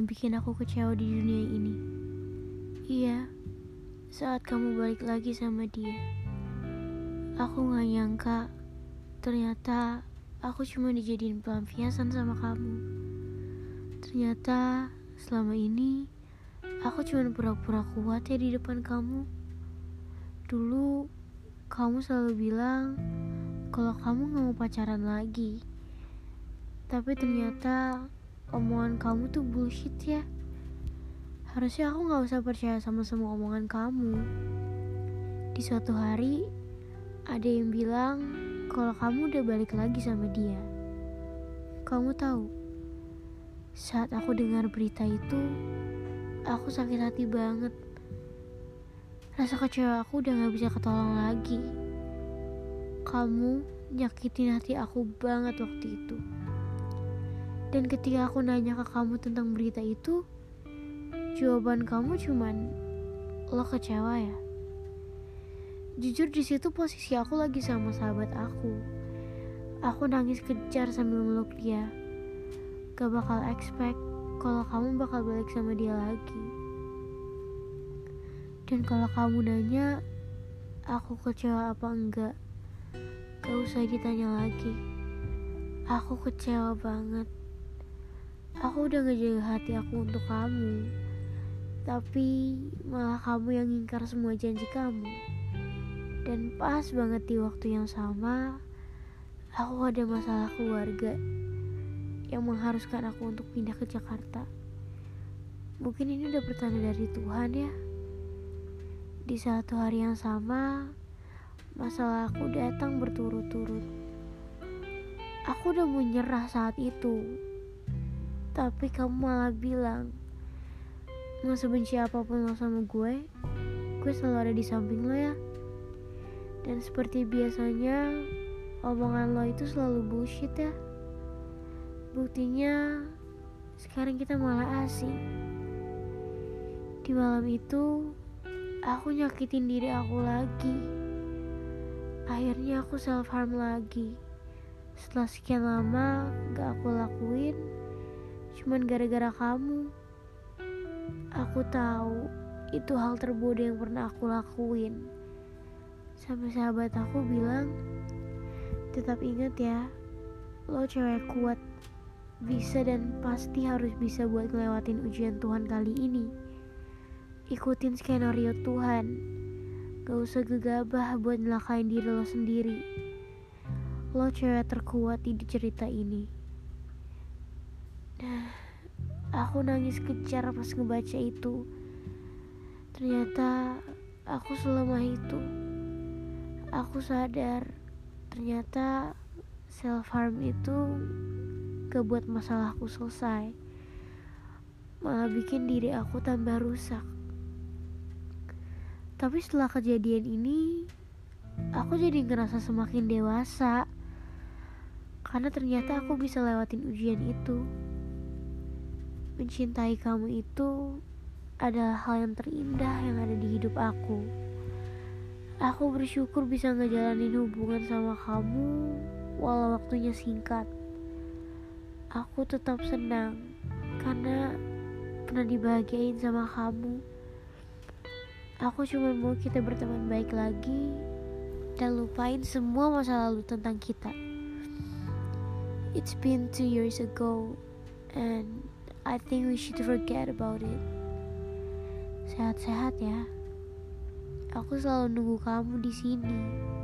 bikin aku kecewa di dunia ini. Iya, saat kamu balik lagi sama dia. Aku gak nyangka, ternyata aku cuma dijadiin pelampiasan sama kamu. Ternyata selama ini aku cuma pura-pura kuat ya di depan kamu. Dulu kamu selalu bilang kalau kamu gak mau pacaran lagi. Tapi ternyata omongan kamu tuh bullshit ya. Harusnya aku gak usah percaya sama semua omongan kamu. Di suatu hari ada yang bilang kalau kamu udah balik lagi sama dia. Kamu tahu, saat aku dengar berita itu, aku sakit hati banget. Rasa kecewa aku udah gak bisa ketolong lagi. Kamu nyakitin hati aku banget waktu itu. Dan ketika aku nanya ke kamu tentang berita itu, jawaban kamu cuman, lo kecewa ya? Jujur di situ posisi aku lagi sama sahabat aku. Aku nangis kejar sambil meluk dia. Gak bakal expect kalau kamu bakal balik sama dia lagi. Dan kalau kamu nanya aku kecewa apa enggak, gak usah ditanya lagi. Aku kecewa banget. Aku udah ngejaga hati aku untuk kamu, tapi malah kamu yang ngingkar semua janji kamu. Dan pas banget di waktu yang sama, aku ada masalah keluarga yang mengharuskan aku untuk pindah ke Jakarta. Mungkin ini udah pertanda dari Tuhan ya. Di satu hari yang sama, masalah aku datang berturut-turut. Aku udah mau nyerah saat itu, tapi kamu malah bilang, mau sebenci apapun lo sama gue selalu ada di samping lo ya. Dan seperti biasanya, omongan lo itu selalu bullshit ya. Buktinya, sekarang kita malah asing. Di malam itu, aku nyakitin diri aku lagi. Akhirnya aku self harm lagi. Setelah sekian lama gak aku lakuin, cuman gara-gara kamu. Aku tahu itu hal terbodoh yang pernah aku lakuin. Sampai sahabat aku bilang, tetap ingat ya, lo cewek kuat, bisa dan pasti harus bisa buat ngelewatin ujian Tuhan kali ini. Ikutin skenario Tuhan, gak usah gegabah buat nyelakain diri lo sendiri. Lo cewek terkuat di cerita ini. Aku nangis kejar pas ngebaca itu. Ternyata aku selemah itu. Aku sadar ternyata self harm itu gak buat masalahku selesai, malah bikin diri aku tambah rusak. Tapi setelah kejadian ini, aku jadi ngerasa semakin dewasa, karena ternyata aku bisa lewatin ujian itu. Mencintai kamu itu adalah hal yang terindah yang ada di hidup aku. Aku bersyukur bisa ngejalanin hubungan sama kamu walau waktunya singkat. Aku tetap senang karena pernah dibahagiain sama kamu. Aku cuma mau kita berteman baik lagi dan lupain semua masa lalu tentang kita. It's been 2 years ago and I think we should forget about it. Sehat-sehat ya. Aku selalu nunggu kamu di sini.